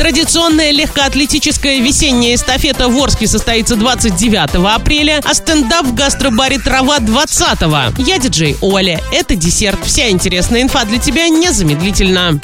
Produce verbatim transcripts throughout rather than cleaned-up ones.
Традиционная легкоатлетическая весенняя эстафета в Орске состоится двадцать девятого апреля, а стендап в гастробаре «Трава» двадцатого. Я диджей Оля. Это десерт. Вся интересная инфа для тебя незамедлительно.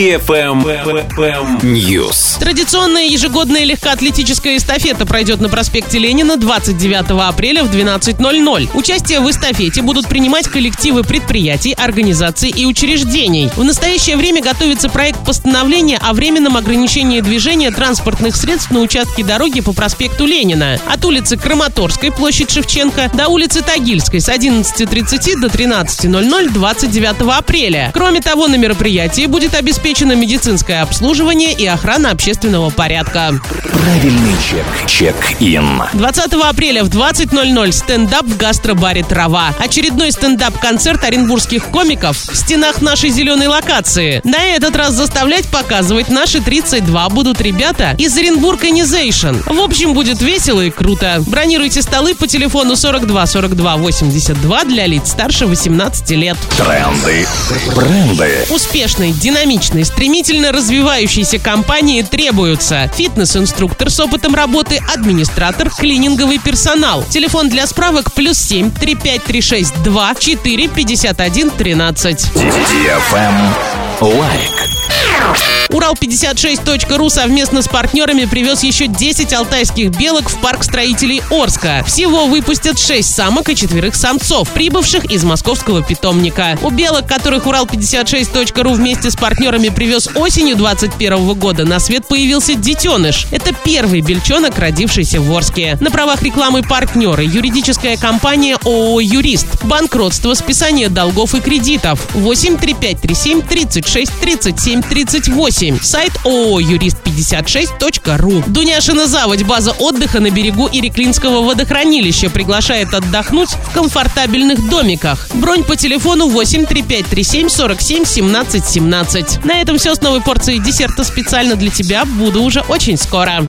News. Традиционная ежегодная легкоатлетическая эстафета пройдет на проспекте Ленина двадцать девятого апреля в двенадцать ноль ноль. Участие в эстафете будут принимать коллективы предприятий, организаций и учреждений. В настоящее время готовится проект постановления о временном ограничении движения транспортных средств на участке дороги по проспекту Ленина. От улицы Краматорской, площадь Шевченко, до улицы Тагильской с одиннадцати тридцати до тринадцати ноль ноль двадцать девятого апреля. Кроме того, на мероприятии будет обеспечено медицинское обслуживание и охрана общественного порядка. Правильный чек. Чек-ин. двадцатого апреля в двадцать ноль ноль стендап в гастробаре «Трава». Очередной стендап-концерт оренбургских комиков в стенах нашей зеленой локации. На этот раз заставлять показывать наши тридцать два будут ребята из Оренбург Organization. В общем, будет весело и круто. Бронируйте столы по телефону сорок два сорок два восемьдесят два для лиц старше восемнадцати лет. Тренды. Бренды. Успешной, динамичной, стремительно развивающейся компании требуются фитнес-инструктор с опытом работы, администратор, клининговый персонал. Телефон для справок плюс семь три пять три шесть два четыре пятьдесят один тринадцать. Лайк. Урал пятьдесят шесть точка ру совместно с партнерами привез еще десять алтайских белок в парк строителей Орска. Всего выпустят шесть самок и четверых самцов, прибывших из московского питомника. У белок, которых Урал пятьдесят шесть точка ру вместе с партнерами привез осенью двадцать первого года, на свет появился детеныш. Это первый бельчонок, родившийся в Орске. На правах рекламы партнеры: юридическая компания ООО «Юрист». Банкротство, списание долгов и кредитов. восемь три пять три семь тридцать шесть тридцать семь тридцать восемь. Сайт ООО «Юрист пятьдесят шесть точка ру. Дуняшина заводь, база отдыха на берегу Иреклинского водохранилища, приглашает отдохнуть в комфортабельных домиках. Бронь по телефону восемь три пять три семь сорок семь семнадцать семнадцать. На этом все с новой порцией десерта специально для тебя. Буду уже очень скоро.